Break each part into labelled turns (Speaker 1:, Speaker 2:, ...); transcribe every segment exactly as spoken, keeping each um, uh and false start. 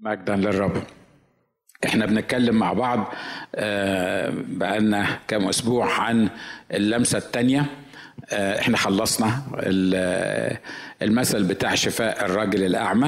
Speaker 1: مجدا للرب. احنا بنتكلم مع بعض بقالنا كام اسبوع عن اللمسة التانية. احنا خلصنا المثل بتاع شفاء الرجل الأعمى،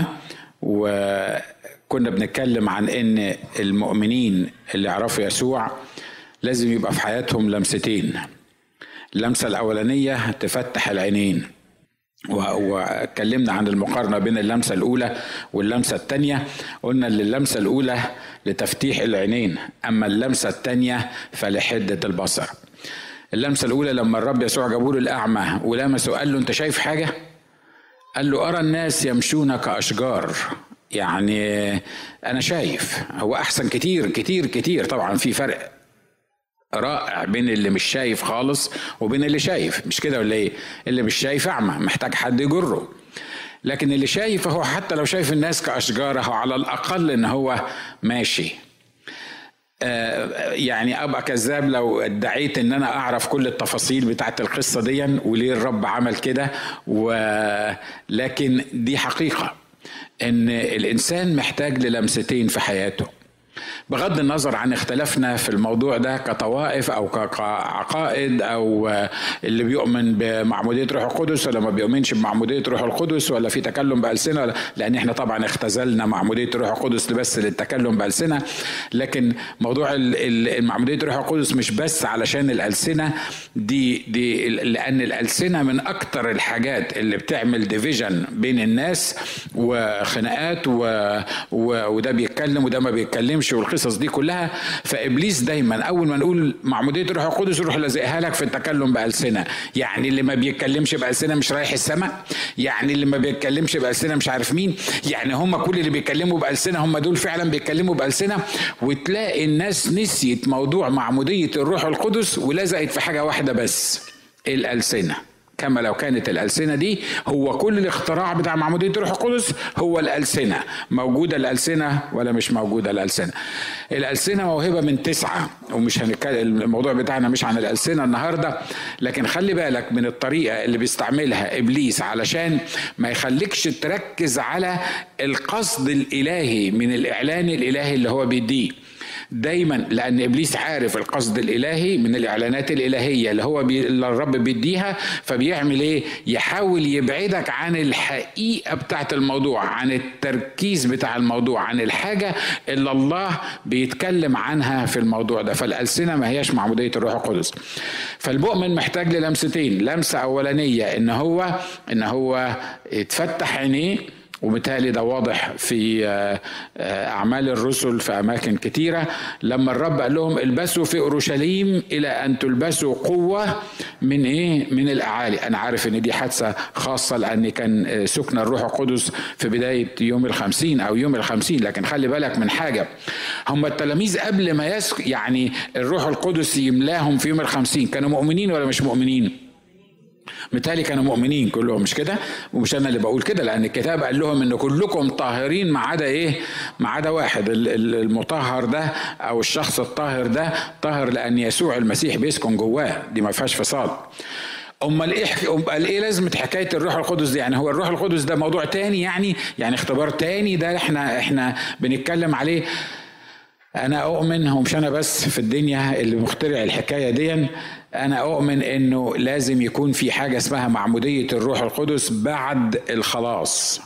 Speaker 1: وكنا بنتكلم عن ان المؤمنين اللي يعرفوا يسوع لازم يبقى في حياتهم لمستين. اللمسة الأولانية تفتح العينين، واتكلمنا عن المقارنة بين اللمسة الأولى واللمسة التانية. قلنا ان اللمسة الأولى لتفتيح العينين، أما اللمسة التانية فلحدة البصر. اللمسة الأولى لما الرب يسوع جابوله الأعمى ولمسه قال له أنت شايف حاجة؟ قال له أرى الناس يمشون كأشجار. يعني أنا شايف. هو أحسن كتير كتير كتير. طبعا في فرق رائع بين اللي مش شايف خالص وبين اللي شايف، مش كده ولا ايه؟ اللي مش شايف أعمى محتاج حد يجره، لكن اللي شايف هو حتى لو شايف الناس كأشجار هو على الأقل ان هو ماشي. آه يعني ابقى كذاب لو ادعيت ان انا اعرف كل التفاصيل بتاعت القصة دي وليه الرب عمل كده، ولكن دي حقيقة ان الانسان محتاج للمستين في حياته، بغض النظر عن اختلافنا في الموضوع ده كطوائف او كعقائد، او اللي بيؤمن بمعمودية روح القدس ولا ما بيؤمنش بمعمودية روح القدس، ولا في تكلم بألسنة، لان احنا طبعا اختزلنا معمودية روح القدس بس للتكلم بألسنة. لكن موضوع المعمودية روح القدس مش بس علشان الألسنة دي دي لان الألسنة من اكتر الحاجات اللي بتعمل ديفيجن بين الناس وخناقات، وده بيتكلم وده ما بيتكلمش والقصص دي كلها. فإبليس دايما أول ما نقول معمودية روح القدس يروح لازقها لك في التكلم بألسنة. يعني اللي ما بيتكلمش بألسنة مش رايح السماء، يعني اللي ما بيتكلمش بألسنة مش عارف مين، يعني هم كل اللي بيتكلموا بألسنة هم دول فعلا بيتكلموا بألسنة. وتلاقي الناس نسيت موضوع معمودية الروح القدس ولزقت في حاجة واحدة بس، الألسنة. كما لو كانت الألسنة دي هو كل الاختراع بتاع معمودية روح القدس هو الألسنة. موجودة الألسنة ولا مش موجودة الألسنة؟ الألسنة موهبة من تسعة، ومش هنتكلم الموضوع بتاعنا مش عن الألسنة النهاردة، لكن خلي بالك من الطريقة اللي بيستعملها إبليس علشان ما يخليكش تركز على القصد الإلهي من الإعلان الإلهي اللي هو بيديه دايما، لأن إبليس عارف القصد الإلهي من الإعلانات الإلهية اللي هو بي... اللي الرب بيديها. فبيعمل إيه؟ يحاول يبعدك عن الحقيقة بتاعت الموضوع، عن التركيز بتاع الموضوع، عن الحاجة اللي الله بيتكلم عنها في الموضوع ده. فالألسنة ما هياش معمودية الروح القدس. فالمؤمن محتاج للمستين. لمسة أولانية إن هو إن هو يتفتح عينيه، وبالتالي ده واضح في أعمال الرسل في أماكن كتيرة لما الرب قال لهم البسوا في أورشليم إلى أن تلبسوا قوة من إيه؟ من الأعالي. أنا عارف إن دي حادثة خاصة لأن كان سكن الروح القدس في بداية يوم الخمسين أو يوم الخمسين، لكن خلي بالك من حاجة، هم التلاميذ قبل ما يسك يعني الروح القدس يملاهم في يوم الخمسين كانوا مؤمنين ولا مش مؤمنين؟ متهيألي كانوا مؤمنين كلهم، مش كده؟ ومش انا اللي بقول كده، لان الكتاب قال لهم ان كلكم طاهرين ما عدا ايه؟ ما عدا واحد. المطهر ده او الشخص الطاهر ده طاهر لان يسوع المسيح بيسكن جواه، دي ما فيهاش فصال. امال ايه امال ايه لازمه حكايه الروح القدس دي؟ يعني هو الروح القدس ده موضوع تاني، يعني يعني اختبار تاني ده احنا احنا بنتكلم عليه. أنا أؤمن، ومش أنا بس في الدنيا اللي مخترع الحكاية دي، أنا أؤمن إنه لازم يكون في حاجة اسمها معمودية الروح القدس بعد الخلاص.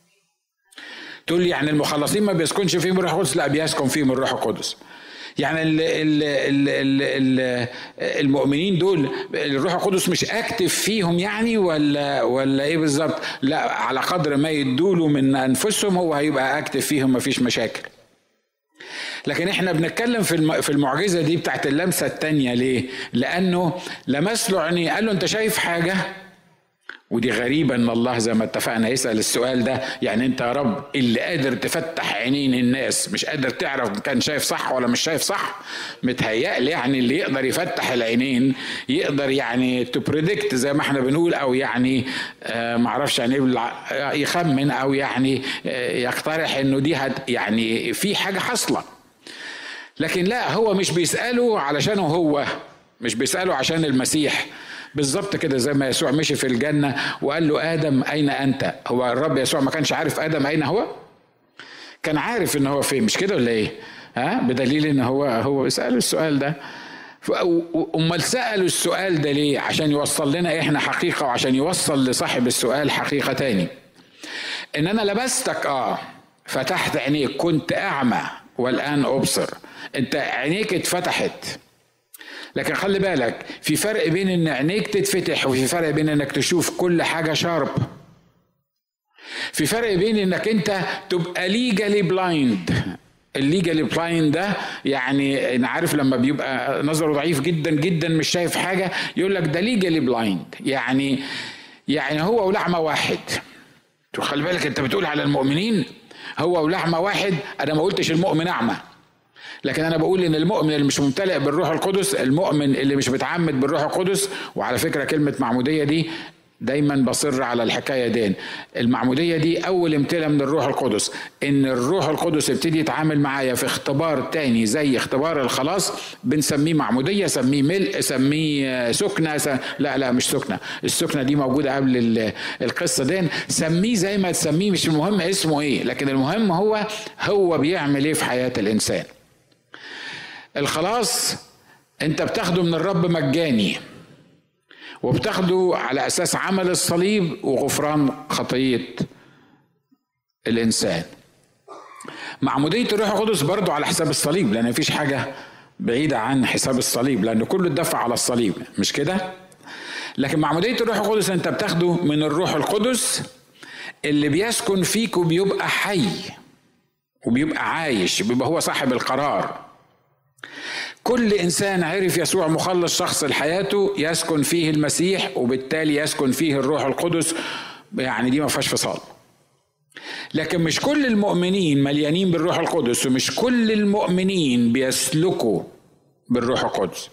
Speaker 1: تقول لي يعني المخلصين ما بيسكنش فيهم الروح القدس؟ لا، بيسكن فيهم الروح القدس. يعني ال ال ال ال ال المؤمنين دول الروح القدس مش اكتف فيهم يعني، ولا ولا ايه بالظبط؟ لا، على قدر ما يدوله من أنفسهم هو هيبقى اكتف فيهم، ما فيش مشاكل. لكن احنا بنتكلم في في المعجزة دي بتاعت اللمسة التانية. ليه؟ لأنه لمس له عينيه قال له أنت شايف حاجة؟ ودي غريبة ان الله زي ما اتفقنا يسأل السؤال ده. يعني انت يا رب اللي قادر تفتح عينين الناس مش قادر تعرف كان شايف صح ولا مش شايف صح؟ متهيألي يعني اللي يقدر يفتح العينين يقدر يعني تبريدكت زي ما احنا بنقول، او يعني آه معرفش يعني يخمن، او يعني آه يقترح انه دي يعني في حاجة حصلة. لكن لا، هو مش بيسأله علشانه، هو مش بيسأله عشان المسيح. بالظبط كده زي ما يسوع مشي في الجنة وقال له آدم أين أنت؟ هو الرب يسوع ما كانش عارف آدم أين هو؟ كان عارف ان هو فين، مش كده ولا ايه؟ ها، بدليل ان هو هو سأله السؤال ده. امال سألوا السؤال ده ليه؟ عشان يوصل لنا احنا حقيقة، وعشان يوصل لصاحب السؤال حقيقة تاني. ان انا لبستك، اه فتحت عينيك، كنت اعمى والان ابصر. انت عينيك اتفتحت، لكن خلي بالك في فرق بين ان عينيك تتفتح وفي فرق بين انك تشوف كل حاجة شارب. في فرق بين انك انت تبقى ليجالي بلايند. الليجالي بلايند ده يعني انا عارف لما بيبقى نظره ضعيف جدا جدا مش شايف حاجة يقول لك ده ليجالي بلايند، يعني يعني هو ولعمة واحد. خلي بالك انت بتقول على المؤمنين هو ولعمة واحد، انا ما قلتش المؤمن اعمى، لكن انا بقول ان المؤمن اللي مش ممتلئ بالروح القدس، المؤمن اللي مش متعمد بالروح القدس. وعلى فكرة كلمة معمودية دي دايما بصر على الحكاية دي. المعمودية دي اول امتلاء من الروح القدس، ان الروح القدس يبتدي يتعامل معايا في اختبار تاني زي اختبار الخلاص، بنسميه معمودية، سميه ملء، سميه سكنة س... لا لا مش سكنة، السكنة دي موجودة قبل القصة دي. سميه زي ما تسميه، مش المهم اسمه ايه، لكن المهم هو هو بيعمل ايه في حياة الانسان. الخلاص انت بتاخده من الرب مجاني، وبتاخده على اساس عمل الصليب وغفران خطية الانسان. معمودية الروح القدس برضو على حساب الصليب، لان مفيش حاجة بعيدة عن حساب الصليب، لان كله اتدفع على الصليب، مش كده؟ لكن معمودية الروح القدس انت بتاخده من الروح القدس اللي بيسكن فيك وبيبقى حي وبيبقى عايش، بيبقى هو صاحب القرار. كل إنسان عرف يسوع مخلص شخص لحياته يسكن فيه المسيح، وبالتالي يسكن فيه الروح القدس، يعني دي ما فيهاش فصال. لكن مش كل المؤمنين مليانين بالروح القدس، ومش كل المؤمنين بيسلكوا بالروح القدس.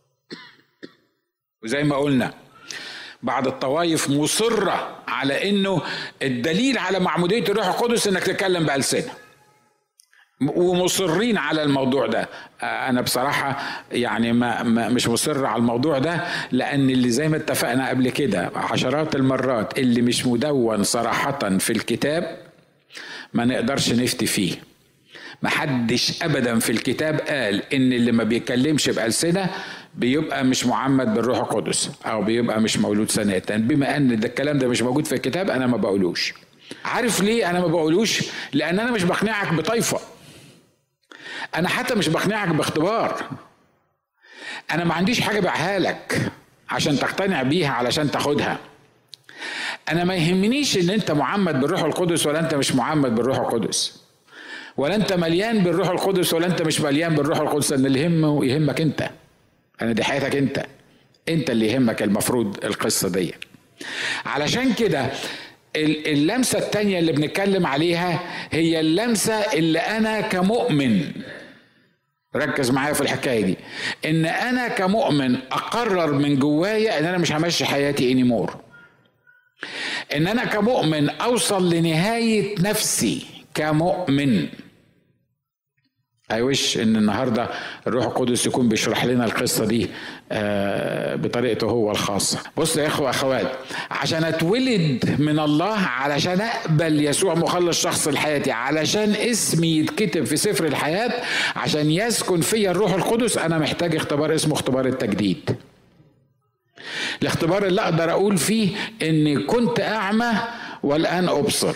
Speaker 1: وزي ما قلنا بعض الطوائف مصرة على انه الدليل على معمودية الروح القدس انك تتكلم بألسنة، ومصرين على الموضوع ده. انا بصراحة يعني ما, ما مش مصر على الموضوع ده، لان اللي زي ما اتفقنا قبل كده عشرات المرات اللي مش مدون صراحة في الكتاب ما نقدرش نفتي فيه. ما حدش ابدا في الكتاب قال ان اللي ما بيتكلمش بألسنة بيبقى مش معمد بالروح القدس او بيبقى مش مولود سنة. بما ان ده الكلام ده مش موجود في الكتاب انا ما بقولوش. عارف ليه انا ما بقولوش؟ لان انا مش بقنعك بطائفة، انا حتى مش بقنعك باختبار، انا ما عنديش حاجة بعها لك عشان تقتنع بيها علشان تاخدها. انا ما يهمنيش ان انت معمد بالروح القدس ولا انت مش معمد بالروح القدس، ولا انت مليان بالروح القدس ولا انت مش مليان بالروح القدس. ان اللي يهمه يهمك انت، انا دي حياتك انت، انت اللي يهمك المفروض القصة دي. علشان كده اللمسة التانية اللي بنتكلم عليها هي اللمسة اللي انا كمؤمن، ركز معايا في الحكاية دي، ان انا كمؤمن اقرر من جوايا ان انا مش همشي حياتي انيمور، ان انا كمؤمن اوصل لنهاية نفسي كمؤمن. أيوش إن النهاردة الروح القدس يكون بيشرح لنا القصة دي بطريقته هو الخاصة. بص يا إخوة أخوات، عشان أتولد من الله، علشان أقبل يسوع مخلص شخص لحياتي، علشان اسمي يتكتب في سفر الحياة، عشان يسكن فيا الروح القدس، أنا محتاج اختبار اسمه اختبار التجديد. الاختبار اللي أقدر أقول فيه إني كنت أعمى والآن أبصر.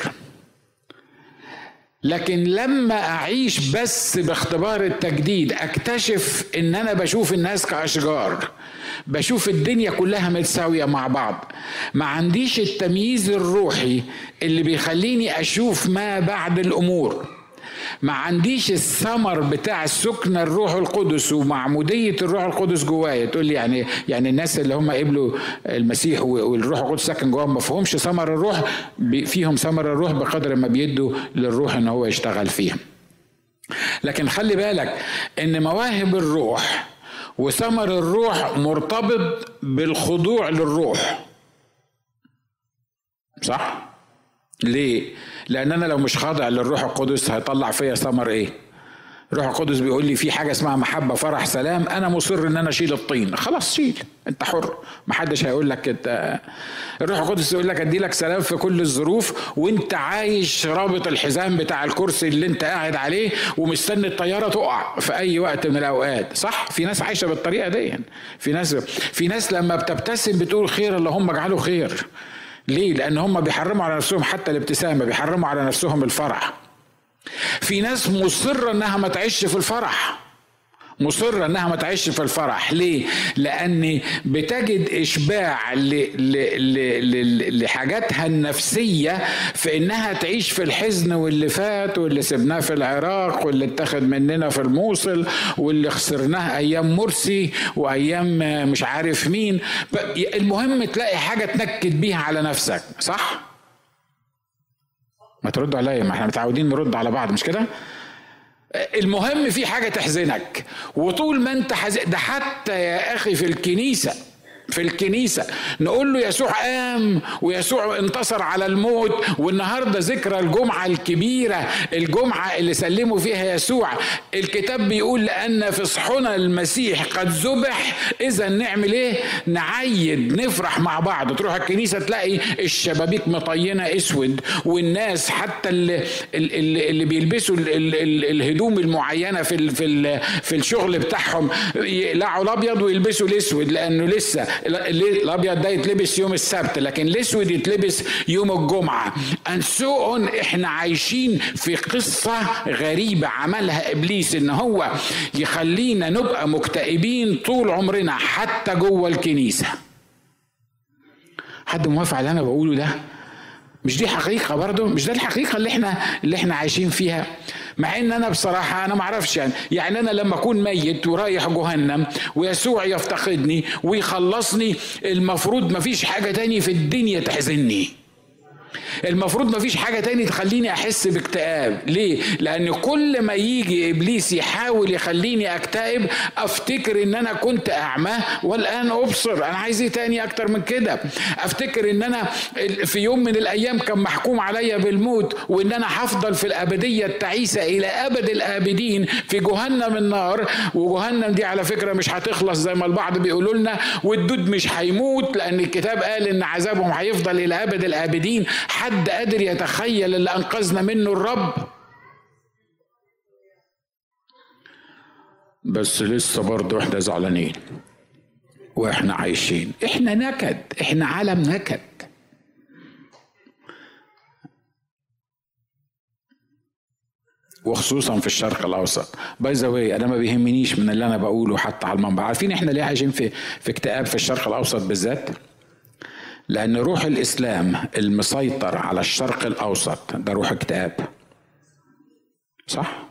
Speaker 1: لكن لما أعيش بس باختبار التجديد أكتشف إن أنا بشوف الناس كأشجار، بشوف الدنيا كلها متساوية مع بعض، ما عنديش التمييز الروحي اللي بيخليني أشوف ما بعد الأمور، ما عنديش الثمر بتاع السكن الروح القدس ومعمودية الروح القدس جوايا. تقول لي يعني يعني الناس اللي هم قبلوا المسيح والروح القدس ساكن جواهم ما فيهمش ثمر الروح؟ فيهم ثمر الروح بقدر ما بيدوا للروح ان هو يشتغل فيهم. لكن خلي بالك ان مواهب الروح وثمر الروح مرتبط بالخضوع للروح، صح؟ ليه؟ لأن أنا لو مش خاضع للروح القدس هيطلع فيا ثمر إيه؟ الروح القدس بيقول لي في حاجة اسمها محبة فرح سلام، أنا مصر إن أنا أشيل الطين. خلاص شيل، أنت حر، محدش هيقول لك كده. الروح القدس يقول لك أدي لك سلام في كل الظروف وأنت عايش رابط الحزام بتاع الكرسي اللي أنت قاعد عليه ومستني الطيارة تقع في أي وقت من الأوقات. صح؟ في ناس عايشة بالطريقة دي. في ناس في ناس لما بتبتسم بتقول خير اللهم اجعله خير. ليه؟ لأن هم بيحرموا على نفسهم حتى الابتسامة، بيحرموا على نفسهم الفرح. في ناس مصرة انها ما تعيش في الفرح، مصرة انها ما تعيش في الفرح. ليه؟ لان بتجد اشباع ل... ل... ل... لحاجاتها النفسية في انها تعيش في الحزن واللي فات واللي سبناه في العراق واللي اتخذ مننا في الموصل واللي خسرناه ايام مرسي وايام مش عارف مين. المهم تلاقي حاجة تنكد بيها على نفسك. صح؟ ما تردوا عليا، ما احنا متعودين نرد على بعض مش كده؟ المهم في حاجة تحزنك، وطول ما انت حزن ده حتى يا اخي في الكنيسة في الكنيسة نقول له يسوع قام ويسوع انتصر على الموت، والنهاردة ذكرى الجمعة الكبيرة، الجمعة اللي سلموا فيها يسوع. الكتاب بيقول لأن فصحنا المسيح قد ذبح، إذا نعمل إيه؟ نعيد، نفرح مع بعض. تروح الكنيسة تلاقي الشبابيك مطينة اسود، والناس حتى اللي, اللي, اللي بيلبسوا ال ال ال الهدوم المعينة في ال في ال في الشغل بتاعهم يقلعوا الأبيض ويلبسوا الأسود، لأنه لسه الابيض ده يتلبس يوم السبت لكن الاسود يتلبس يوم الجمعه. انسون احنا عايشين في قصه غريبه عملها ابليس، ان هو يخلينا نبقى مكتئبين طول عمرنا حتى جوه الكنيسه. حد موافق على اللي انا بقوله ده؟ مش دي حقيقة برضو؟ مش ده الحقيقة اللي احنا اللي احنا عايشين فيها؟ مع ان انا بصراحة انا معرفش يعني يعني انا لما اكون ميت ورايح جهنم ويسوع يفتقدني ويخلصني، المفروض مفيش حاجة تاني في الدنيا تحزنني، المفروض مفيش حاجة تاني تخليني احس باكتئاب. ليه؟ لان كل ما يجي ابليس يحاول يخليني اكتئب افتكر ان انا كنت اعمى والان ابصر. انا عايز ايه تاني اكتر من كده؟ افتكر ان انا في يوم من الايام كان محكوم عليا بالموت وان انا هفضل في الابدية التعيسة الى ابد الابدين في جهنم النار. وجهنم دي على فكرة مش هتخلص زي ما البعض بيقولوا لنا، والدود مش هيموت لان الكتاب قال ان عذابهم هيفضل الى ابد الابدين. حد قادر يتخيل اللي أنقذنا منه الرب؟ بس لسه برضو احنا زعلانين واحنا عايشين، احنا نكد، احنا عالم نكد. وخصوصا في الشرق الاوسط. باي ذا واي انا ما بيهمنيش من اللي انا بقوله حتى على المنبر. عارفين احنا ليه عايشين في في اكتئاب في الشرق الاوسط بالذات؟ لأن روح الإسلام المسيطر على الشرق الأوسط ده روح اكتئاب. صح؟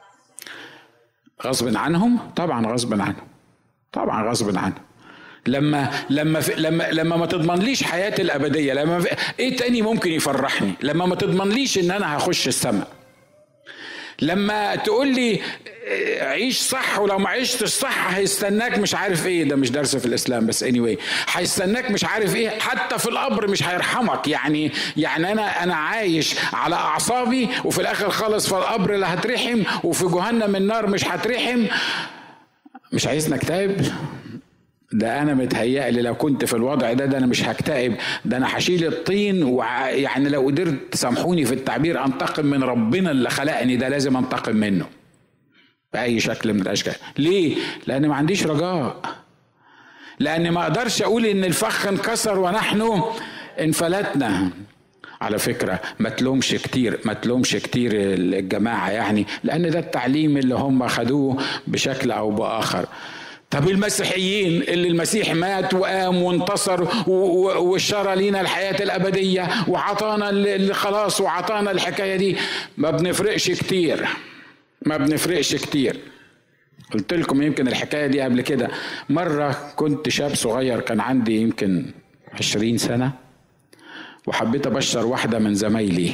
Speaker 1: غصب عنهم؟ طبعا غصب عنهم، طبعا غصب عنهم. لما لما لما لما ما تضمنليش حياتي الأبدية، لما إيه تاني ممكن يفرحني؟ لما ما تضمنليش إن أنا هخش السماء، لما تقول لي عيش صح ولو ما عيشتش صح هيستناك مش عارف ايه. ده مش درس في الاسلام بس anyway، هيستناك مش عارف ايه، حتى في القبر مش هيرحمك. يعني يعني انا انا عايش على اعصابي وفي الاخر خالص في القبر لا هترحم وفي جهنم النار مش هترحم. مش عايزنا اكتئب؟ ده انا متهيألي لو كنت في الوضع ده ده انا مش هكتئب، ده انا هشيل الطين. ويعني لو قدرت تسامحوني في التعبير انتقم من ربنا اللي خلقني، ده لازم انتقم منه بأي شكل من الاشكال. ليه؟ لان ما عنديش رجاء، لان ما اقدرش اقول ان الفخ انكسر ونحن انفلتنا. على فكرة ما تلومش كتير ما تلومش كتير الجماعة يعني، لان ده التعليم اللي هم خدوه بشكل او باخر. طب المسيحيين اللي المسيح مات وقام وانتصر واشترى لينا الحياة الأبدية وعطانا الخلاص وعطانا الحكاية دي، ما بنفرقش كتير ما بنفرقش كتير. قلت لكم يمكن الحكاية دي قبل كده. مرة كنت شاب صغير، كان عندي يمكن عشرين سنة، وحبيت أبشر واحدة من زمايلي،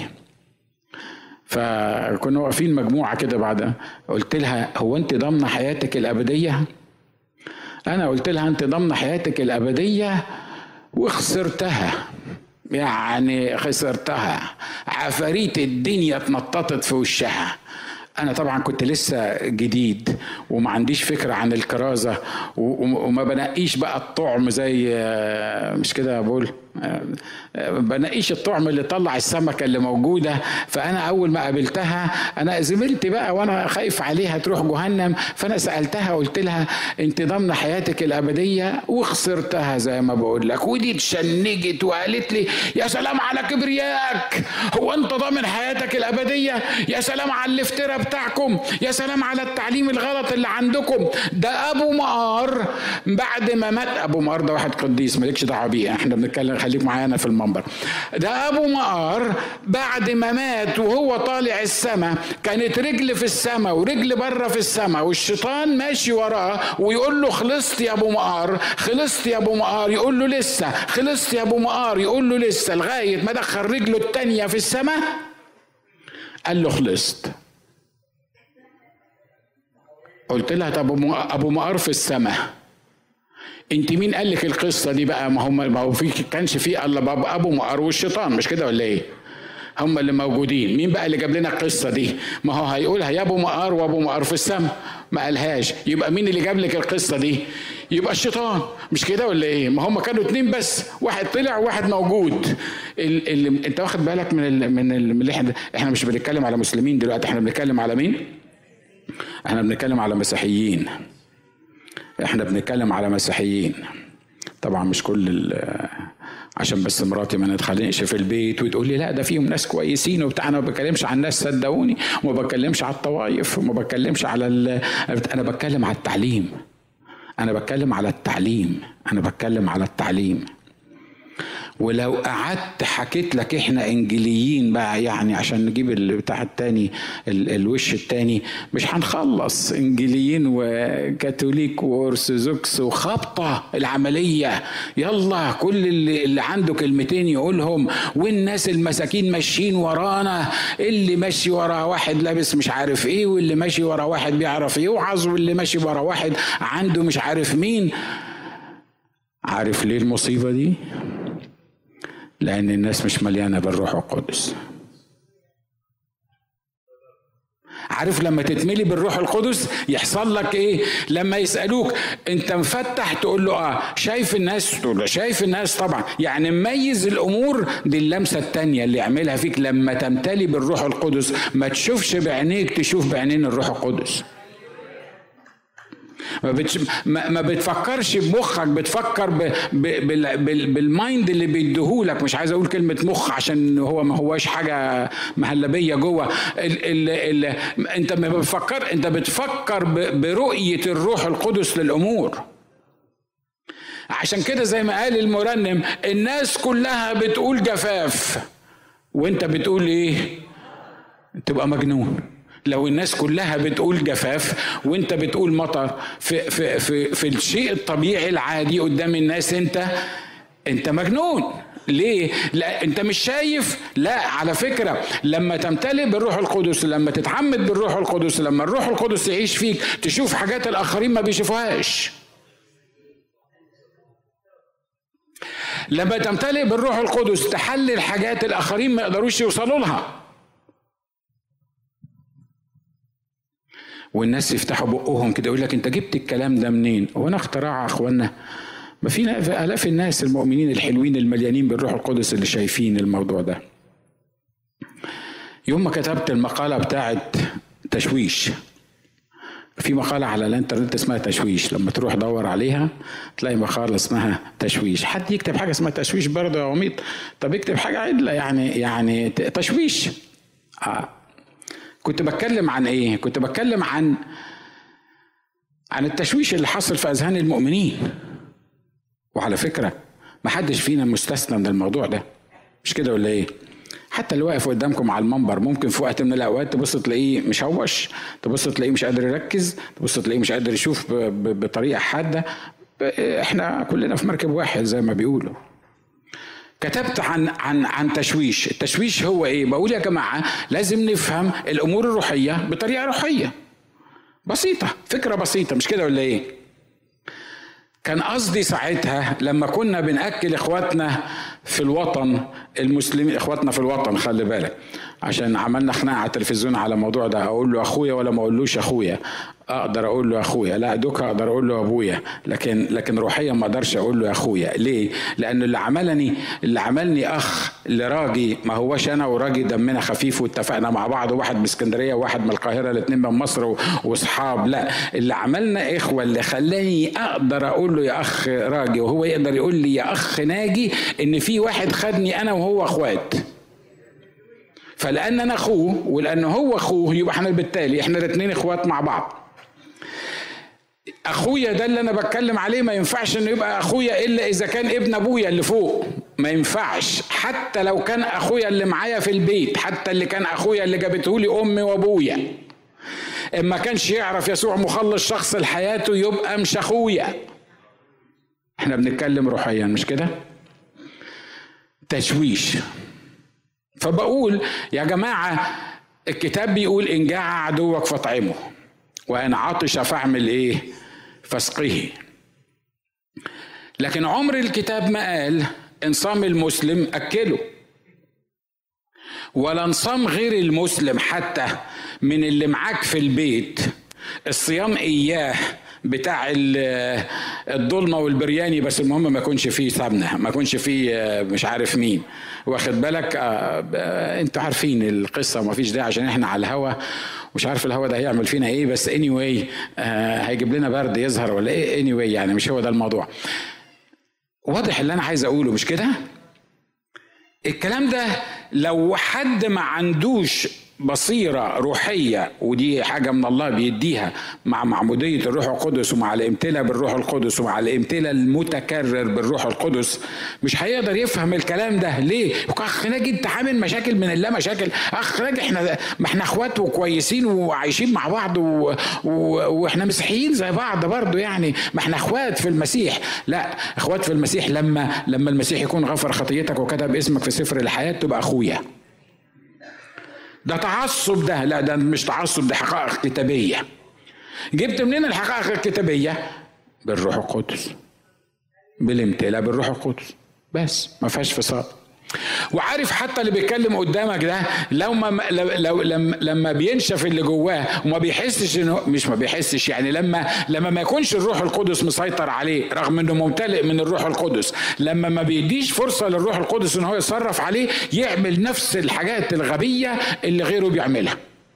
Speaker 1: فكنا واقفين مجموعة كده بعد. قلت لها هو أنت ضامنة حياتك الأبدية؟ أنا قلت لها أنت ضامنة حياتك الأبدية وخسرتها، يعني خسرتها. عفاريت الدنيا اتنططت في وشها. انا طبعا كنت لسه جديد وما عنديش فكره عن الكرازه وما بنقيش بقى الطعم زي مش كده بقول بنقيش الطعم اللي طلع السمكه اللي موجوده. فانا اول ما قابلتها انا زميلتي بقى وانا خايف عليها تروح جهنم، فانا سالتها قلت لها انت ضامنه حياتك الابديه؟ وخسرتها زي ما بقول لك. ودي اتشنجت وقالت لي يا سلام على كبرياك، هو انت ضامن حياتك الابديه؟ يا سلام على الافتراء بتاعكم، يا سلام على التعليم الغلط اللي عندكم. ده ابو مقار بعد ما مات، ابو مقار ده واحد قديس مالكش دعوه بيه، احنا بنتكلم خليك معانا في المنبر. ده ابو مقار بعد ما مات وهو طالع السماء كانت رجل في السماء ورجل بره في السماء، والشيطان ماشي وراه ويقول له خلصت يا ابو مقار، خلصت يا ابو مقار، يقول له لسه، خلصت يا ابو مقار، يقول له لسه، لغايه ما دخل رجله التانيه في السماء قال له خلصت. قلت لها طب ابو مقار في السماء انت مين قال لك القصه دي بقى؟ ما هم ما هو في كانش في الا ابو مقار والشيطان، مش كده ولا ايه؟ هم اللي موجودين. مين بقى اللي جاب لنا القصه دي؟ ما هو هيقولها يا ابو مقار وابو مقار في السماء، ما قالهاش. يبقى مين اللي جاب لك القصه دي؟ يبقى الشيطان، مش كده ولا ايه؟ ما هم كانوا اتنين بس، واحد طلع وواحد موجود. اللي انت واخد بالك من ال... من ال... من اللي احنا احنا مش بنتكلم على مسلمين دلوقتي، احنا بنتكلم على مين؟ احنا بنتكلم على مسيحيين. احنا بنتكلم على مسيحيين طبعا، مش كل عشان بس مراتي ما نتخانقش في البيت وتقول لي لا ده فيهم ناس كويسين وبتاع. انا ما بتكلمش عن الناس صدقوني، وما بتكلمش على الطوائف، وما بتكلمش على ال... انا بتكلم على التعليم. انا بتكلم على التعليم انا بتكلم على التعليم. ولو قعدت حكيت لك احنا انجيليين بقى يعني عشان نجيب بتاع التاني ال الوش التاني مش هنخلص. انجيليين وكاثوليك وارثوذكس وخبطه العمليه، يلا كل اللي, اللي عنده كلمتين يقولهم، والناس المساكين ماشيين ورانا، اللي ماشي ورا واحد لابس مش عارف ايه، واللي ماشي ورا واحد بيعرف يوعظ، واللي ماشي ورا واحد عنده مش عارف مين. عارف ليه المصيبه دي؟ لأن الناس مش مليانة بالروح القدس. عارف لما تتملي بالروح القدس يحصل لك ايه؟ لما يسألوك انت مفتح تقول له اه، شايف الناس تقول له شايف الناس طبعا. يعني مميز الامور دي. اللمسة التانية اللي يعملها فيك لما تمتلي بالروح القدس، ما تشوفش بعينيك، تشوف بعينين الروح القدس. ما, بتش... ما... ما بتفكرش بمخك، بتفكر ب... ب... بال... بال... بالمايند اللي بيديهولك. مش عايز اقول كلمة مخ عشان هو ما هواش حاجة مهلبية جوه ال... ال... ال... انت ما بتفكر، انت بتفكر ب... برؤية الروح القدس للامور. عشان كده زي ما قال المرنم، الناس كلها بتقول جفاف وانت بتقول ايه؟ تبقى مجنون. لو الناس كلها بتقول جفاف وانت بتقول مطر في في في في الشيء الطبيعي العادي قدام الناس، انت انت مجنون. ليه؟ لا انت مش شايف. لا على فكرة لما تمتلئ بالروح القدس، لما تتعمد بالروح القدس، لما الروح القدس يعيش فيك، تشوف حاجات الاخرين ما بيشوفوهاش. لما تمتلئ بالروح القدس تحلل حاجات الاخرين ما يقدروش يوصلوا لها. والناس يفتحوا بقهم كده يقول لك انت جبت الكلام ده منين؟ هو انا اختراع يا اخوانا؟ ما فينا الاف الناس المؤمنين الحلوين المليانين بالروح القدس اللي شايفين الموضوع ده. يوم ما كتبت المقاله بتاعت تشويش، في مقاله على الانترنت اسمها تشويش، لما تروح دور عليها تلاقي مقاله اسمها تشويش. حد يكتب حاجه اسمها تشويش برضه يا عميط؟ طب اكتب حاجه عدله يعني يعني تشويش. آه. كنت بتكلم عن ايه؟ كنت بتكلم عن عن التشويش اللي حصل في اذهان المؤمنين. وعلى فكره ما حدش فينا مستثنى من الموضوع ده، مش كده ولا ايه؟ حتى اللي واقف قدامكم على المنبر ممكن في وقت من الاوقات تبص تلاقيه مشوش، تبص تلاقيه مش قادر يركز، تبص تلاقيه مش قادر يشوف بطريقه حاده. احنا كلنا في مركب واحد زي ما بيقولوا. كتبت عن عن عن تشويش. التشويش هو ايه؟ بقول يا جماعه لازم نفهم الامور الروحيه بطريقه روحيه بسيطه، فكره بسيطه، مش كده ولا ايه؟ كان قصدي ساعتها لما كنا بنأكل اخواتنا في الوطن المسلمين، اخواتنا في الوطن خلي بالك، عشان عملنا خناقه على التلفزيون على الموضوع ده، اقول له اخويا ولا ما اقولوش اخويا؟ اقدر اقول له اخويا، لا دوكا اقدر اقول له ابويا، لكن لكن روحيا ما اقدرش اقول له اخويا. ليه؟ لانه اللي عملني اللي عملني اخ لراجي ما هوش انا وراجي دمنا خفيف واتفقنا مع بعض، واحد من اسكندريه وواحد من القاهره، الاثنين من مصر واصحاب، لا، اللي عملنا اخوه اللي خلاني اقدر اقول له يا اخ راجي وهو يقدر يقول لي يا اخ ناجي، ان في واحد خدني انا وهو اخوات. فلان انا اخوه ولانه هو اخوه يبقى احنا بالتالي احنا الاثنين اخوات مع بعض. اخويا ده اللي انا بتكلم عليه ما ينفعش انه يبقى اخويا الا اذا كان ابن ابويا اللي فوق، ما ينفعش حتى لو كان اخويا اللي معايا في البيت، حتى اللي كان اخويا اللي جابته لي امي وابويا، اما كانش يعرف يسوع مخلص شخص لحياته يبقى مش اخويا. احنا بنتكلم روحيا مش كده؟ تشويش. فبقول يا جماعة الكتاب بيقول إن جاع عدوك فاطعمه وإن عطش فاعمل إيه؟ فاسقه. لكن عمر الكتاب ما قال إن صام المسلم أكله، ولا نصام غير المسلم حتى من اللي معاك في البيت. الصيام إياه بتاع الضلمه والبرياني، بس المهم ما يكونش فيه سمنه، ما يكونش فيه مش عارف مين، واخد بالك؟ انتوا عارفين القصه وما فيش داعي عشان احنا على الهوا، مش عارف الهوا ده هيعمل فينا ايه، بس anyway هيجيب لنا برد يظهر ولا ايه، anyway يعني مش هو ده الموضوع. واضح اللي انا عايز اقوله مش كده؟ الكلام ده لو حد ما عندوش بصيرة روحية، ودي حاجة من الله بيديها مع معمودية الروح القدس ومع الامتلاء بالروح القدس ومع الامتلاء المتكرر بالروح القدس، مش هيقدر يفهم الكلام ده. ليه؟ اخ ناجي انت عامل مشاكل من الله مشاكل، اخ ناجي احنا ما احنا اخوات وكويسين وعايشين مع بعض و... و... واحنا مسيحيين زي بعض برضو، يعني ما احنا اخوات في المسيح. لا، اخوات في المسيح لما لما المسيح يكون غفر خطيتك وكتب اسمك في سفر الحياة تبقى اخويا. ده تعصب ده؟ لا، ده مش تعصب، ده حقائق كتابية. جبت منين الحقائق الكتابية؟ بالروح القدس، بالامتلاء بالروح القدس، بس ما فيهاش فصال. وعارف حتى اللي بيتكلم قدامك ده لو ما لو لما لما بينشف اللي جواه وما بيحسش انه مش ما بيحسش يعني لما لما ما يكونش الروح القدس مسيطر عليه رغم انه ممتلئ من الروح القدس، لما ما بيديش فرصة للروح القدس ان هو يتصرف عليه يعمل نفس الحاجات الغبية اللي غيره بيعملها.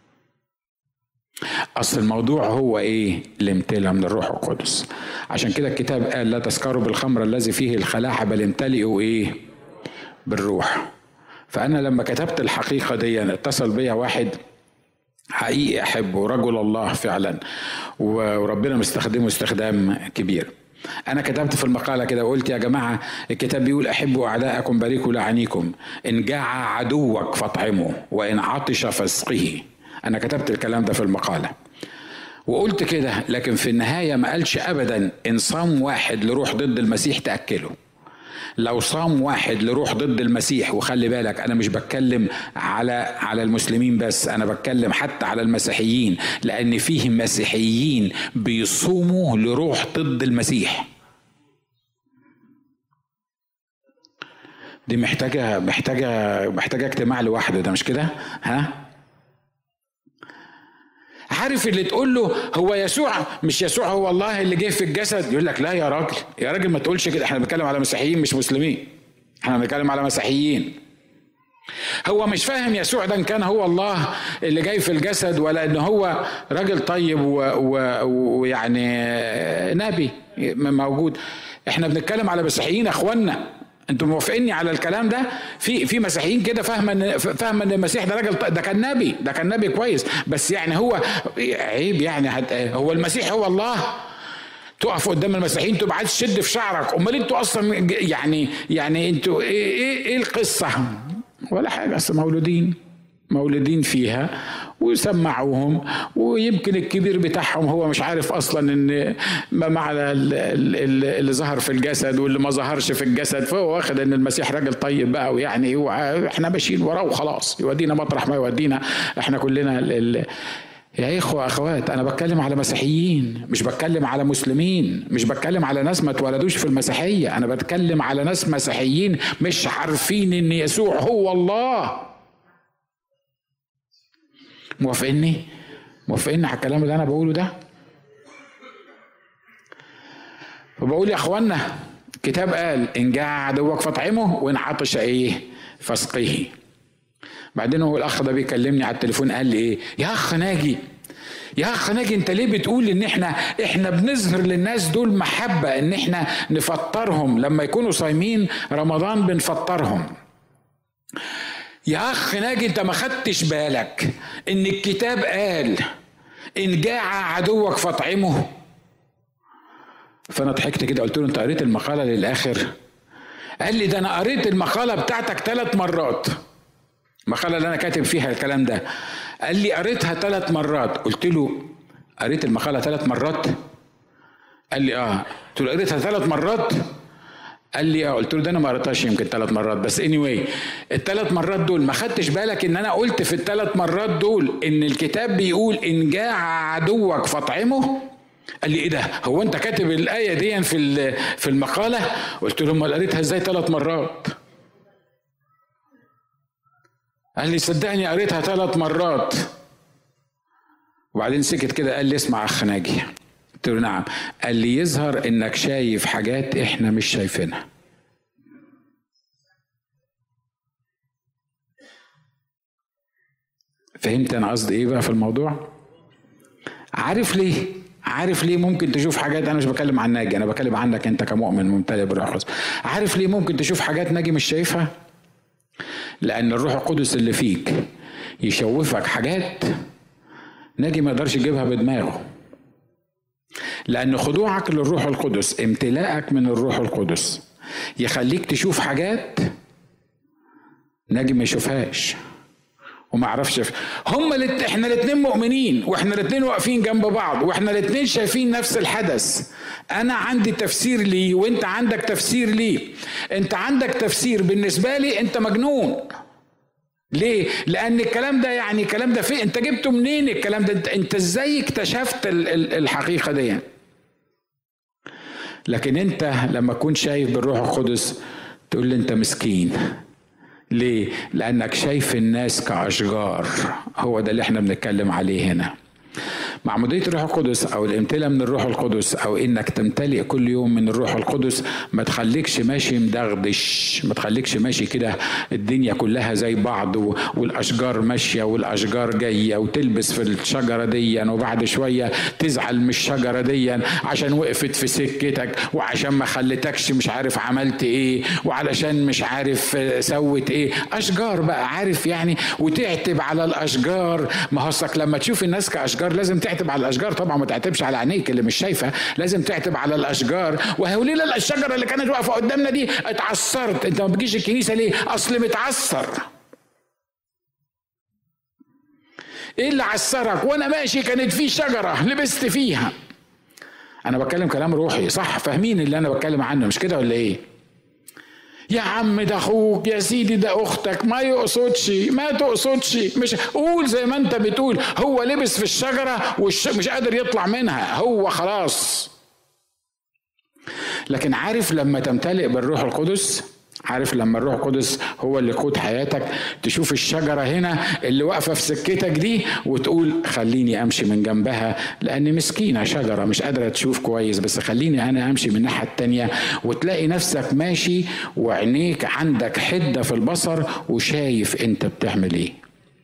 Speaker 1: اصل الموضوع هو ايه؟ الامتلاء من الروح القدس. عشان كده الكتاب قال لا تسكروا بالخمر الذي فيه الخلاعة بل امتلئوا ايه؟ بالروح. فأنا لما كتبت الحقيقة دي اتصل بيا واحد حقيقي أحبه، رجل الله فعلا، وربنا مستخدمه استخدام كبير. أنا كتبت في المقالة كده وقلت يا جماعة الكتاب بيقول أحبوا أعداءكم باركوا لعنيكم، إن جاع عدوك فاطعمه وإن عطش فاسقه. أنا كتبت الكلام ده في المقالة وقلت كده، لكن في النهاية ما قالش أبدا إن صام واحد لروح ضد المسيح تأكله. لو صام واحد لروح ضد المسيح، وخلي بالك انا مش بتكلم على على المسلمين بس، انا بتكلم حتى على المسيحيين، لان فيه مسيحيين بيصوموا لروح ضد المسيح. دي محتاجه محتاجه محتاجه اجتماع لوحده، ده مش كده؟ ها؟ عارف اللي تقول له هو يسوع مش يسوع هو الله اللي جه في الجسد، يقول لك لا يا راجل يا راجل ما تقولش كده، احنا بنتكلم على مسيحيين مش مسلمين، احنا بنتكلم على مسيحيين. هو مش فاهم يسوع ده ان كان هو الله اللي جاي في الجسد ولا ان هو راجل طيب ويعني نبي موجود. احنا بنتكلم على مسيحيين اخواننا، انتوا موافقيني على الكلام ده؟ في في مسيحيين كده فاهمه ان فاهمه ان المسيح ده راجل، ده كان نبي، ده كان نبي كويس، بس يعني هو عيب يعني هو المسيح هو الله. تقف قدام المسيحيين تبقى عايز تشد في شعرك، امال انتوا اصلا يعني يعني انتوا ايه ايه ايه القصه؟ ولا حاجه، اصلا مولودين مولودين فيها ويسمعوهم، ويمكن الكبير بتاعهم هو مش عارف اصلا ان ما معنى اللي ظهر في الجسد واللي ما ظهرش في الجسد، فهو واخد ان المسيح راجل طيب بقى، ويعني احنا ماشيين وراه وخلاص، يودينا مطرح ما يودينا، احنا كلنا يا اخوة اخوات، انا بتكلم على مسيحيين، مش بتكلم على مسلمين، مش بتكلم على ناس ما اتولدوش في المسيحية، انا بتكلم على ناس مسيحيين مش عارفين ان يسوع هو الله. موافقيني؟ موافقيني على الكلام اللي انا بقوله ده؟ فبقول يا اخوانا، الكتاب قال ان جاع عدوك فاطعمه وان عطش ايه فاسقيه. بعدين هو الاخ ده بيكلمني على التليفون قال لي ايه، يا اخ ناجي يا اخ ناجي انت ليه بتقول ان احنا احنا بنظهر للناس دول محبة، ان احنا نفطرهم لما يكونوا صايمين رمضان بنفطرهم؟ يا اخ ناجي انت ما خدتش بالك ان الكتاب قال ان جاع عدوك فاطعمه؟ فانا ضحكت كده قلت له انت قريت المقالة للاخر؟ قال لي ده انا قريت المقالة بتاعتك ثلاث مرات، المقالة اللي انا كاتب فيها الكلام ده. قال لي قريتها ثلاث مرات. قلت له قريت المقالة ثلاث مرات؟ قال لي اه. قلت له قريتها ثلاث مرات؟ قال لي اه. قلت له ده انا ما قريتهاش يمكن ثلاث مرات بس anyway الثلاث مرات دول ما خدتش بالك ان انا قلت في الثلاث مرات دول ان الكتاب بيقول ان جاع عدوك فاطعمه؟ قال لي ايه ده، هو انت كاتب الايه دي في في المقاله؟ قلت له امال قريتها ازاي ثلاث مرات؟ قال لي صدقني قريتها ثلاث مرات. وبعدين سكت كده قال لي اسمع اخ ناجي. قلت له نعم. قال لي يظهر انك شايف حاجات احنا مش شايفينها. فهمت انا قصدي ايه بقى في الموضوع؟ عارف ليه؟ عارف ليه ممكن تشوف حاجات، انا مش بكلم عن ناجي، انا بكلم عنك انت كمؤمن ممتلئ بالروح القدس. عارف ليه ممكن تشوف حاجات ناجي مش شايفها؟ لان الروح القدس اللي فيك يشوفك حاجات ناجي ما يقدرش يجيبها بدماغه. لان خضوعك للروح القدس، امتلاءك من الروح القدس، يخليك تشوف حاجات ناجي ما يشوفهاش وما عرفش. هما الات... احنا الاثنين مؤمنين واحنا الاثنين واقفين جنب بعض واحنا الاثنين شايفين نفس الحدث. انا عندي تفسير ليه وانت عندك تفسير ليه. انت عندك تفسير بالنسبة لي انت مجنون. ليه؟ لان الكلام ده يعني الكلام ده فين؟ انت جبته منين الكلام ده؟ انت, انت ازاي اكتشفت ال... ال... الحقيقة دي؟ لكن انت لما تكون شايف بالروح القدس تقول لي انت مسكين. ليه؟ لأنك شايف الناس كأشجار. هو ده اللي احنا بنتكلم عليه هنا. معمودية الروح القدس أو الامتلاء من الروح القدس أو إنك تمتلئ كل يوم من الروح القدس ما تخليكش ماشي مدغدش، ما تخليكش ماشي كده الدنيا كلها زي بعض والأشجار ماشية والأشجار جاية وتلبس في الشجرة دي وبعد شوية تزعل من الشجرة دي عشان وقفت في سكتك وعشان ما خلتكش مش عارف عملت إيه وعلشان مش عارف سوت إيه. أشجار بقى عارف يعني، وتعتب على الأشجار. ما هصك لما تشوف الناس كأشجار لازم تعتب على الاشجار طبعا، ما تعتبش على عينيك اللي مش شايفه، لازم تعتب على الاشجار. وهوليله الشجره اللي كانت واقفه قدامنا دي اتعثرت. انت ما بتجيش الكنيسه ليه؟ اصل متعثر. ايه اللي عثرك؟ وانا ماشي كانت في شجره لبست فيها. انا بتكلم كلام روحي صح؟ فاهمين اللي انا بتكلم عنه مش كده ولا ايه؟ يا عم ده اخوك، يا سيدي ده اختك، ما يقصدش ما تقصدش، مش قول زي ما انت بتقول. هو لبس في الشجرة ومش قادر يطلع منها، هو خلاص. لكن عارف لما تمتلئ بالروح القدس، عارف لما الروح القدس هو اللي يقود حياتك، تشوف الشجرة هنا اللي واقفة في سكتك دي وتقول خليني امشي من جنبها لاني مسكينة شجرة مش قادرة تشوف كويس، بس خليني انا امشي من الناحية التانية. وتلاقي نفسك ماشي وعينيك عندك حدة في البصر وشايف انت بتعمل ايه.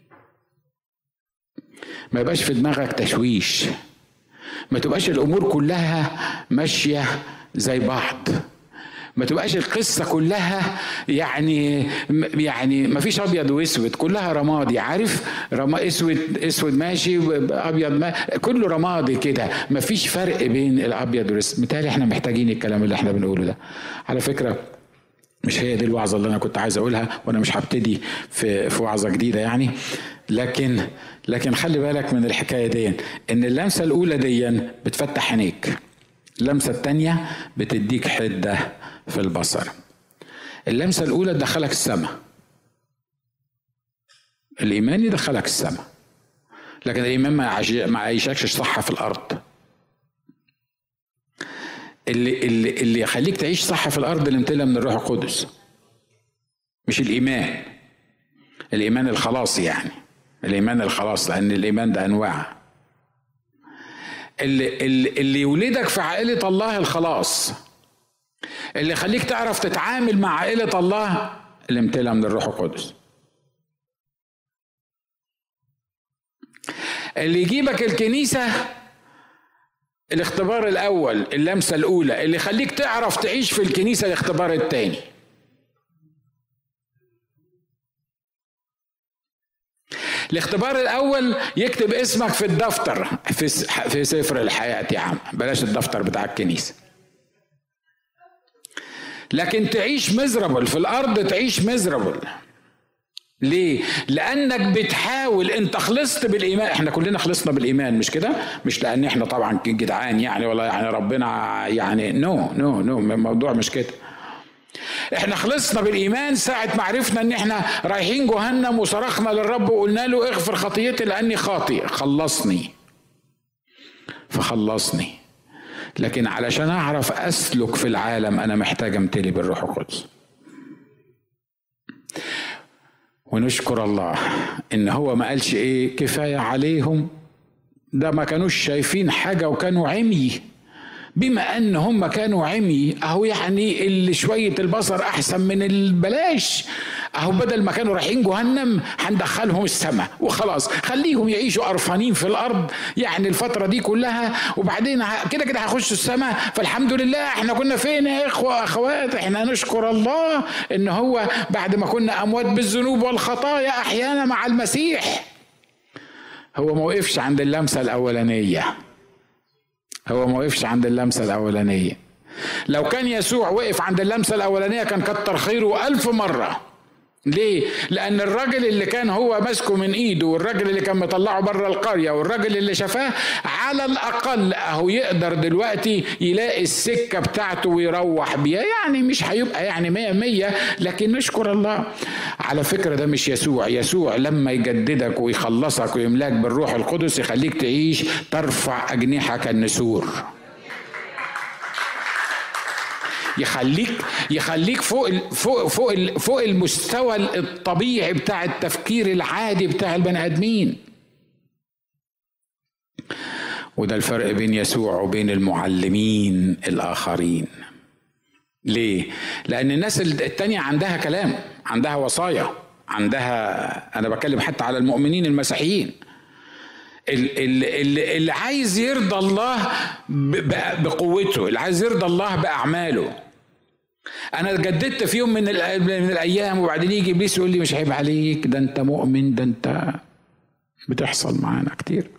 Speaker 1: ما يبقاش في دماغك تشويش، ما تبقاش الامور كلها ماشية زي بعض، ما تبقاش القصة كلها يعني يعني ما فيش ابيض واسود، كلها رمادي. عارف رما اسود اسود ماشي ابيض ما كله رمادي كده، ما فيش فرق بين الابيض والاسود. متهيألي احنا محتاجين الكلام اللي احنا بنقوله ده. على فكرة مش هي دي الوعظة اللي انا كنت عايز اقولها، وانا مش هبتدي في في وعظة جديدة يعني، لكن لكن خلي بالك من الحكاية دي، ان اللمسة الاولى دي بتفتح عينيك، اللمسة التانية بتديك حدة في البصر. اللمسة الأولى تدخلك السماء، الإيمان يدخلك السماء، لكن الايمان ما يعيشكش صح في الارض. اللي اللي اللي يخليك تعيش صح في الارض اللي امتلأ من الروح القدس، مش الايمان. الايمان الخلاصي يعني، الايمان الخلاص، لان الايمان ده انواع. اللي اللي, اللي يولدك في عائله الله الخلاص، اللي يخليك تعرف تتعامل مع عائله الله اللي امتلأ من الروح القدس. اللي يجيبك الكنيسه الاختبار الاول، اللمسه الاولى، اللي يخليك تعرف تعيش في الكنيسه الاختبار الثاني. الاختبار الاول يكتب اسمك في الدفتر، في في سفر الحياه يا عم، بلاش الدفتر بتاع الكنيسه. لكن تعيش مزربل في الارض، تعيش مزربل. ليه؟ لانك بتحاول، انت خلصت بالايمان. احنا كلنا خلصنا بالايمان، مش كده؟ مش لان احنا طبعا جدعان يعني، ولا يعني ربنا يعني، نو نو نو الموضوع مش كده. احنا خلصنا بالايمان ساعه ما عرفنا ان احنا رايحين جهنم، وصرخنا للرب وقلنا له اغفر خطيتي لاني خاطئ، خلصني فخلصني. لكن علشان اعرف اسلك في العالم انا محتاج امتلي بالروح القدس. ونشكر الله ان هو ما قالش ايه كفايه عليهم، ده ما كانوش شايفين حاجه وكانوا عمي. بما ان هم كانوا عمي، اهو يعني اللي شويه البصر احسن من البلاش، اهو بدل ما كانوا رايحين جهنم هندخلهم السماء وخلاص، خليهم يعيشوا قرفانين في الارض يعني الفتره دي كلها، وبعدين كده كده هيخشوا السماء. فالحمد لله احنا كنا فين يا اخوه اخوات؟ احنا نشكر الله ان هو بعد ما كنا اموات بالذنوب والخطايا احيانا مع المسيح. هو ما وقفش عند اللمسه الاولانيه، هو ما وقفش عند اللمسه الاولانيه. لو كان يسوع وقف عند اللمسه الاولانيه كان كتر خيره الف مره. ليه؟ لأن الراجل اللي كان هو ماسكه من إيده، والراجل اللي كان مطلعه بره القرية، والراجل اللي شافاه، على الأقل أهو يقدر دلوقتي يلاقي السكة بتاعته ويروح بيها. يعني مش هيبقى يعني مية مية، لكن نشكر الله. على فكرة ده مش يسوع. يسوع لما يجددك ويخلصك ويملاك بالروح القدس يخليك تعيش ترفع أجنحة كالنسور، يخليك يخليك فوق فوق فوق فوق المستوى الطبيعي بتاع التفكير العادي بتاع البني ادمين. وده الفرق بين يسوع وبين المعلمين الاخرين. ليه؟ لان الناس التانية عندها كلام، عندها وصايا، عندها، انا بتكلم حتى على المؤمنين المسيحيين، اللي, اللي عايز يرضى الله بقوته، اللي عايز يرضى الله بأعماله. أنا جددت في يوم من, من الأيام، وبعدين يجي إبليس يقول لي مش عيب عليك، ده أنت مؤمن، ده أنت بتحصل معانا كتير.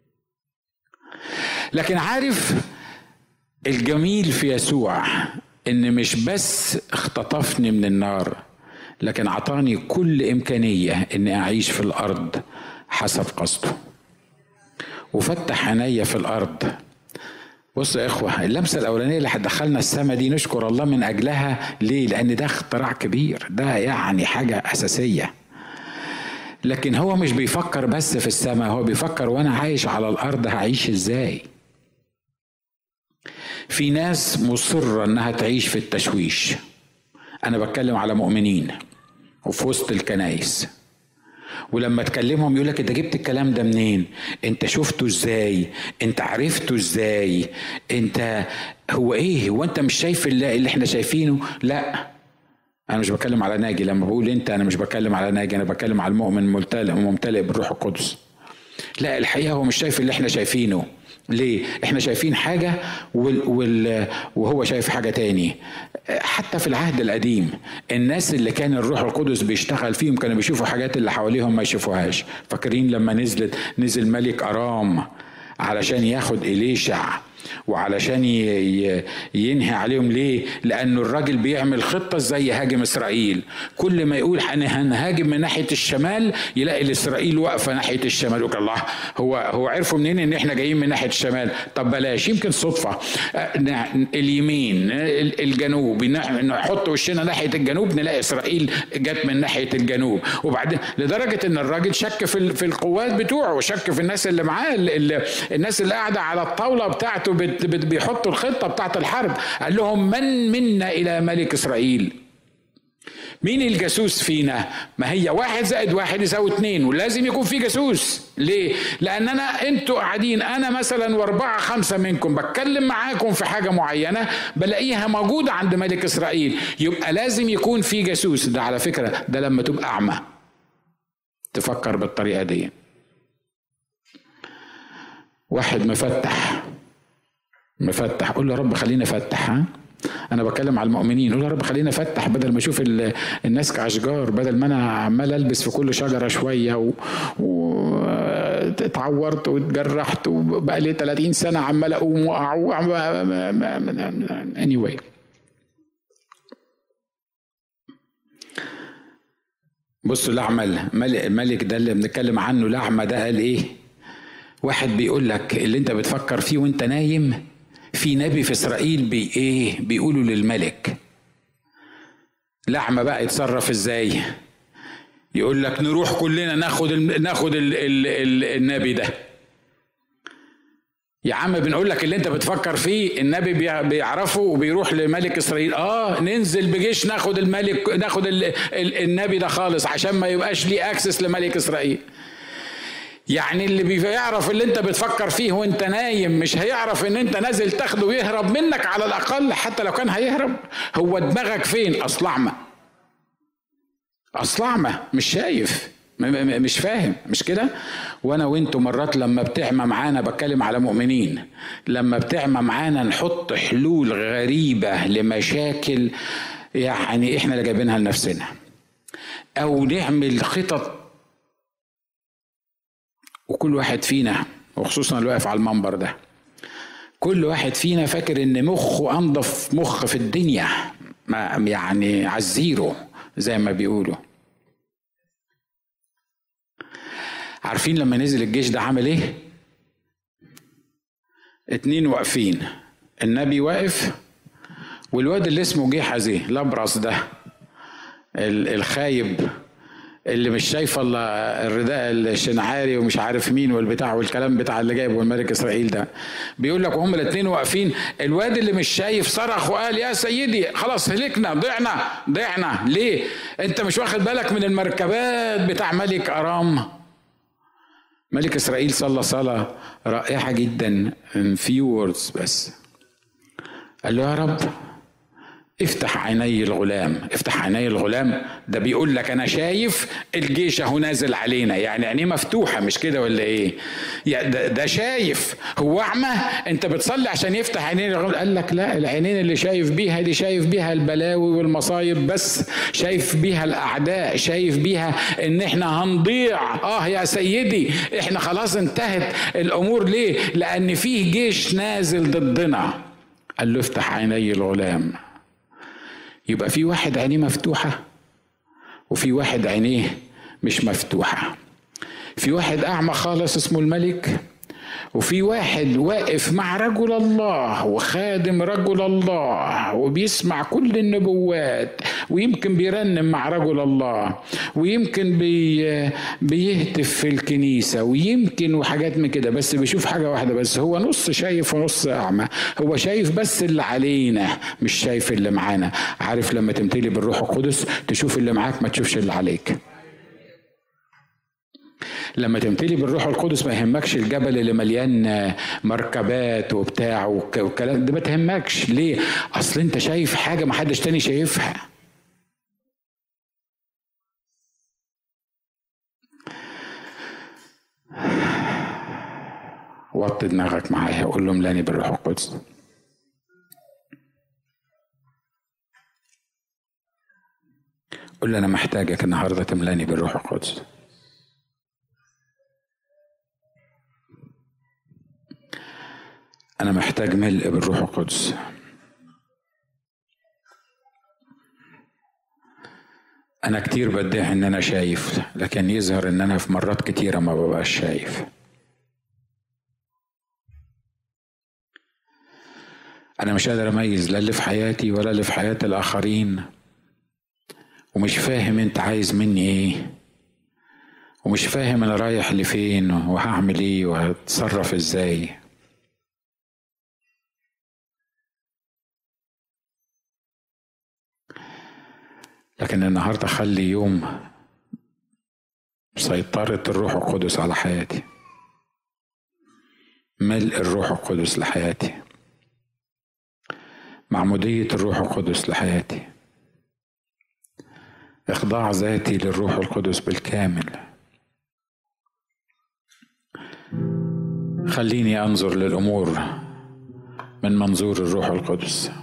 Speaker 1: لكن عارف الجميل في يسوع إن مش بس اختطفني من النار، لكن عطاني كل إمكانية إني أعيش في الأرض حسب قصده، وفتح عينيا في الارض. بص يا اخوه، اللمسه الاولانيه اللي هتدخلنا السماء دي نشكر الله من اجلها. ليه؟ لان ده اختراع كبير، ده يعني حاجه اساسيه. لكن هو مش بيفكر بس في السماء، هو بيفكر وانا عايش على الارض هعيش ازاي. في ناس مصره انها تعيش في التشويش، انا بتكلم على مؤمنين وفي وسط الكنائس، ولما تكلمهم يقولك انت جبت الكلام ده منين؟ انت شفته ازاي؟ انت عرفته ازاي؟ انت هو ايه؟ هو انت مش شايف اللي, اللي احنا شايفينه؟ لا، انا مش بتكلم على ناجي. لما بقول انت، انا مش بتكلم على ناجي، انا بتكلم على المؤمن ممتلئ وممتلئ بالروح القدس. لا، الحقيقة هو مش شايف اللي احنا شايفينه. ليه؟ احنا شايفين حاجة وال وال وهو شايف حاجة تاني. حتى في العهد القديم الناس اللي كان الروح القدس بيشتغل فيهم كانوا بيشوفوا حاجات اللي حواليهم ما يشوفوهاش. فاكرين لما نزلت نزل ملك أرام علشان ياخد إليشع وعلشان ينهي عليهم. ليه؟ لأنه الراجل بيعمل خطة ازاي يهاجم إسرائيل. كل ما يقول هنهاجم من ناحية الشمال يلاقي الإسرائيل واقفة ناحية الشمال. يقول الله، هو هو عرفوا منين ان احنا جايين من ناحية الشمال؟ طب بلاش، يمكن صدفة. اليمين، الجنوب، نحط وشنا ناحية الجنوب نلاقي إسرائيل جت من ناحية الجنوب. وبعدين لدرجة ان الراجل شك في في القوات بتوعه، وشك في الناس اللي معاه، الناس اللي قاعدة على الطاولة بتاعته بيحطوا الخطة بتاعت الحرب. قال لهم من منا إلى ملك إسرائيل؟ مين الجاسوس فينا؟ ما هي واحد زائد واحد يساوي اتنين، ولازم يكون في جاسوس. ليه؟ لأن أنا أنتوا قاعدين، أنا مثلا واربعة خمسة منكم بتكلم معاكم في حاجة معينة بلاقيها موجودة عند ملك إسرائيل، يبقى لازم يكون في جاسوس. ده على فكرة ده لما تبقى أعمى تفكر بالطريقة دي. واحد مفتح مفتح قول له يا رب خلينا فتح. ها انا بكلم على المؤمنين، قول يا رب خلينا فتح، بدل ما اشوف الناس كاشجار، بدل ما انا عمال البس في كل شجره شويه واتعورت و... واتجرحت وبقى لي ثلاثين سنه عمال اقوم واقع. anyway بصوا الاعمى الملك ده اللي بنتكلم عنه، الاعمى ده قال ايه؟ واحد بيقول لك اللي انت بتفكر فيه وانت نايم، في نبي في اسرائيل بي ايه بيقولوا للملك. الاعمى بقى يتصرف ازاي؟ يقول لك نروح كلنا ناخد ال ناخد ال ال ال النبي ده. يا عم بنقول لك اللي انت بتفكر فيه النبي بيعرفه وبيروح لملك اسرائيل. اه ننزل بجيش ناخد الملك، ناخد ال ال النبي ده خالص عشان ما يبقاش ليه اكسس لملك اسرائيل. يعني اللي بيعرف اللي انت بتفكر فيه وانت نايم مش هيعرف ان انت نازل تاخده ويهرب منك على الاقل، حتى لو كان هيهرب. هو دماغك فين؟ اصل اعمى، اصل اعمى مش شايف، مش فاهم، مش كده؟ وانا وانتوا مرات لما بتعمى معانا، بتكلم على مؤمنين، لما بتعمى معانا نحط حلول غريبة لمشاكل يعني احنا اللي جايبينها لنفسنا، او نعمل خطط. وكل واحد فينا، وخصوصا اللي واقف على المنبر ده، كل واحد فينا فاكر ان مخه انضف مخ في الدنيا، ما يعني على الزيرو زي ما بيقولوا. عارفين لما نزل الجيش ده عمل ايه؟ اتنين واقفين، النبي واقف والواد اللي اسمه جحزي الابرص ده الخايب اللي مش شايف الا الرداء الشنعاري ومش عارف مين والبتاع والكلام بتاع اللي جايبه الملك اسرائيل ده. بيقول لك وهم الاثنين واقفين، الواد اللي مش شايف صرخ وقال يا سيدي خلاص هلكنا، ضعنا ضعنا. ليه؟ انت مش واخد بالك من المركبات بتاع ملك ارام؟ ملك اسرائيل صلى صلاة رائعة جدا in few words بس. قال له يا رب افتح عيني الغلام. افتح عيني الغلام ده بيقول لك انا شايف الجيش اهو نازل علينا، يعني عينيه مفتوحه مش كده ولا ايه؟ يعني ده, ده شايف، هو اعمى؟ انت بتصلي عشان يفتح عينين الغلام؟ قال لك لا، العينين اللي شايف بيها دي شايف بيها البلاوي والمصايب بس، شايف بيها الاعداء، شايف بيها ان احنا هنضيع. اه يا سيدي احنا خلاص انتهت الامور. ليه؟ لان فيه جيش نازل ضدنا. قال له افتح عيني الغلام. يبقى في واحد عينيه مفتوحة وفي واحد عينيه مش مفتوحة. في واحد أعمى خالص اسمه الملك، وفي واحد واقف مع رجل الله وخادم رجل الله وبيسمع كل النبوات، ويمكن بيرنم مع رجل الله، ويمكن بي بيهتف في الكنيسة، ويمكن وحاجات من كده، بس بيشوف حاجة واحدة بس. هو نص شايف ونص أعمى. هو شايف بس اللي علينا مش شايف اللي معانا. عارف لما تمتلي بالروح القدس تشوف اللي معاك ما تشوفش اللي عليك. لما تمتلي بالروح القدس ما يهمكش الجبل اللي مليان مركبات وبتاع والكلام ده، ما تهمكش. ليه؟ اصل انت شايف حاجه ما حدش تاني شايفها. وطي دماغك معايا، قول له املاني بالروح القدس. قول له انا محتاجك النهارده تملاني بالروح القدس. أنا محتاج ملء بالروح القدس. أنا كتير بدعي إن أنا شايف، لكن يظهر إن أنا في مرات كتيرة ما ببقاش شايف. أنا مش قادر أميز لا اللي في حياتي ولا اللي في حياة الآخرين، ومش فاهم أنت عايز مني إيه، ومش فاهم أنا رايح لفين وهعمل إيه وهتصرف إزاي. لكن النهاردة خلي يوم سيطرة الروح القدس على حياتي، ملء الروح القدس لحياتي، معمودية الروح القدس لحياتي، إخضاع ذاتي للروح القدس بالكامل. خليني أنظر للأمور من منظور الروح القدس.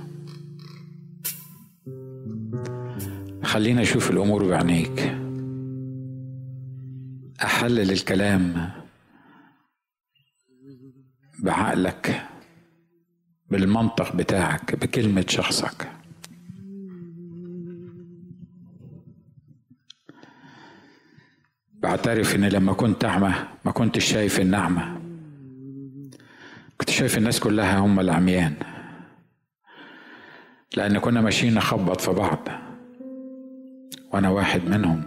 Speaker 1: خليني أشوف الأمور بعينيك، أحلل الكلام بعقلك، بالمنطق بتاعك، بكلمة شخصك. بعترف إن لما كنت أعمى ما كنتش شايف النعمة، كنت شايف الناس كلها هم العميان، لأن كنا ماشيين نخبط في بعض وأنا واحد منهم.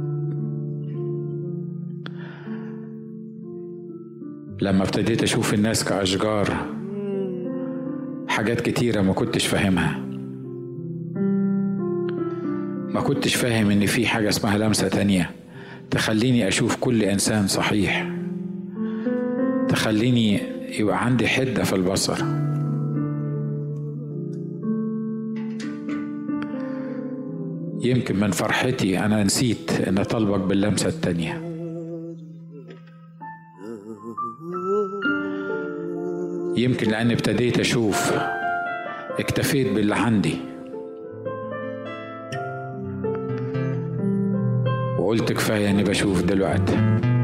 Speaker 1: لما ابتديت أشوف الناس كأشجار، حاجات كتيرة ما كنتش فاهمها، ما كنتش فاهم إن في حاجة اسمها لمسة تانية تخليني أشوف كل إنسان صحيح، تخليني يبقى عندي حدة في البصر. يمكن من فرحتي أنا نسيت أن أطلبك باللمسة التانية. يمكن لأني ابتديت أشوف، اكتفيت باللي عندي وقلت كفاية أني بشوف دلوقتي.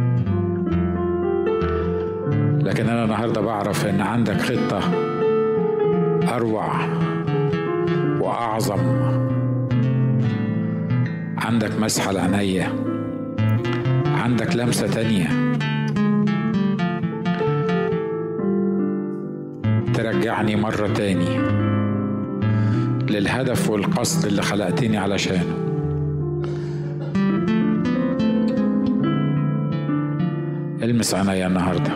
Speaker 1: لكن أنا النهاردة بعرف أن عندك خطة أروع وأعظم، عندك مسحة لعينيا، عندك لمسة تانية ترجعني مرة تاني للهدف والقصد اللي خلقتني علشانه. المس عينيا النهاردة،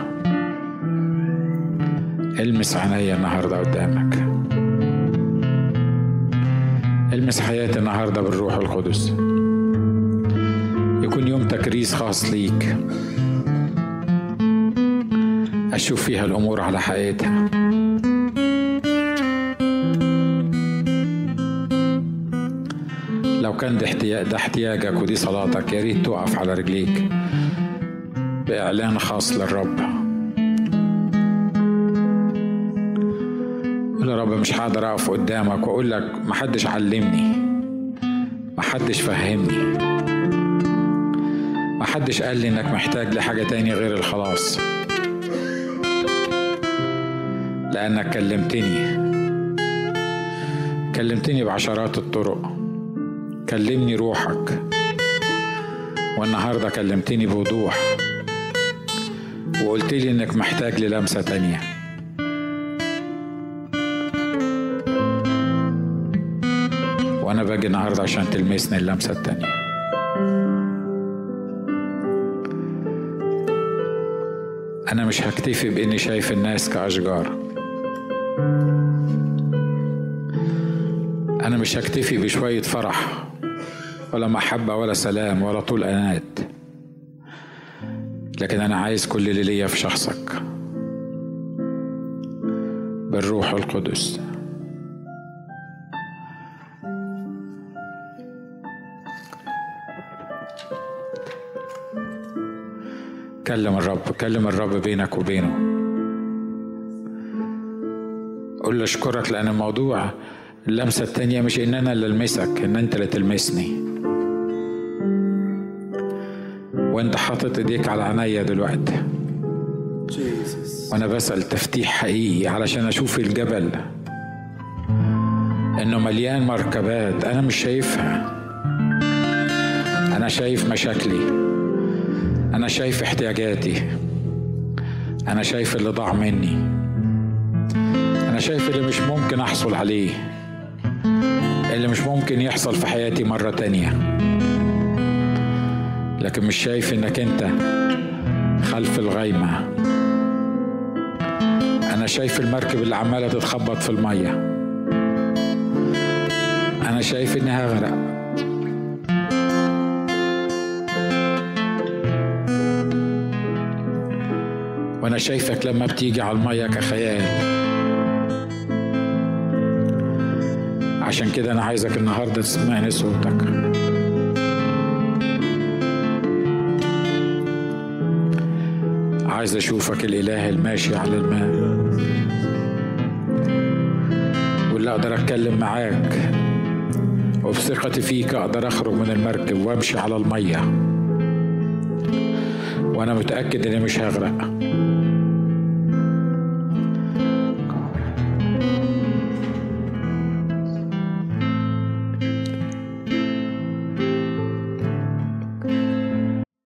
Speaker 1: المس عينيا النهاردة قدامك، المس حياتي النهاردة بالروح القدس. يكون يوم تكريس خاص ليك، أشوف فيها الأمور على حقيقتها. لو كان ده احتياج ده احتياجك ودي صلاتك، يا ريت تقف على رجليك بإعلان خاص للرب. قول يا رب مش هقدر أقف قدامك وأقول لك محدش علمني، محدش فهمني، محدش قال لي إنك محتاج لحاجة تاني غير الخلاص، لأنك كلمتني كلمتني بعشرات الطرق. كلمني روحك، والنهاردة كلمتني بوضوح وقلت لي إنك محتاج للمسة تانية. وأنا باجي النهاردة عشان تلمسني اللمسة التانية. أنا مش هكتفي بإني شايف الناس كأشجار، أنا مش هكتفي بشوية فرح ولا محبة ولا سلام ولا طول أنات، لكن أنا عايز كل اللي ليا في شخصك بالروح القدس. كلم الرب، كلم الرب بينك وبينه. قل له اشكرك لأن الموضوع اللمسة التانية مش إن أنا اللي ألمسك، إن أنت اللي تلمسني. وأنت حاطط إيديك على عينيا دلوقتي وانا بسأل تفتيح حقيقي علشان اشوف الجبل انه مليان مركبات انا مش شايفها. انا شايف مشاكلي، انا شايف احتياجاتي، انا شايف اللي ضاع مني، انا شايف اللي مش ممكن احصل عليه، اللي مش ممكن يحصل في حياتي مرة تانية. لكن مش شايف انك انت خلف الغيمة. انا شايف المركب اللي عمالة تتخبط في المية، انا شايف اني هغرق. وانا شايفك لما بتيجي على المية كخيال. عشان كده انا عايزك النهاردة تسمعني صوتك. عايز اشوفك الاله الماشي على الماء، واللي اقدر اتكلم معاك وبثقتي فيك اقدر اخرج من المركب وامشي على المية وانا متأكد اني مش هغرق.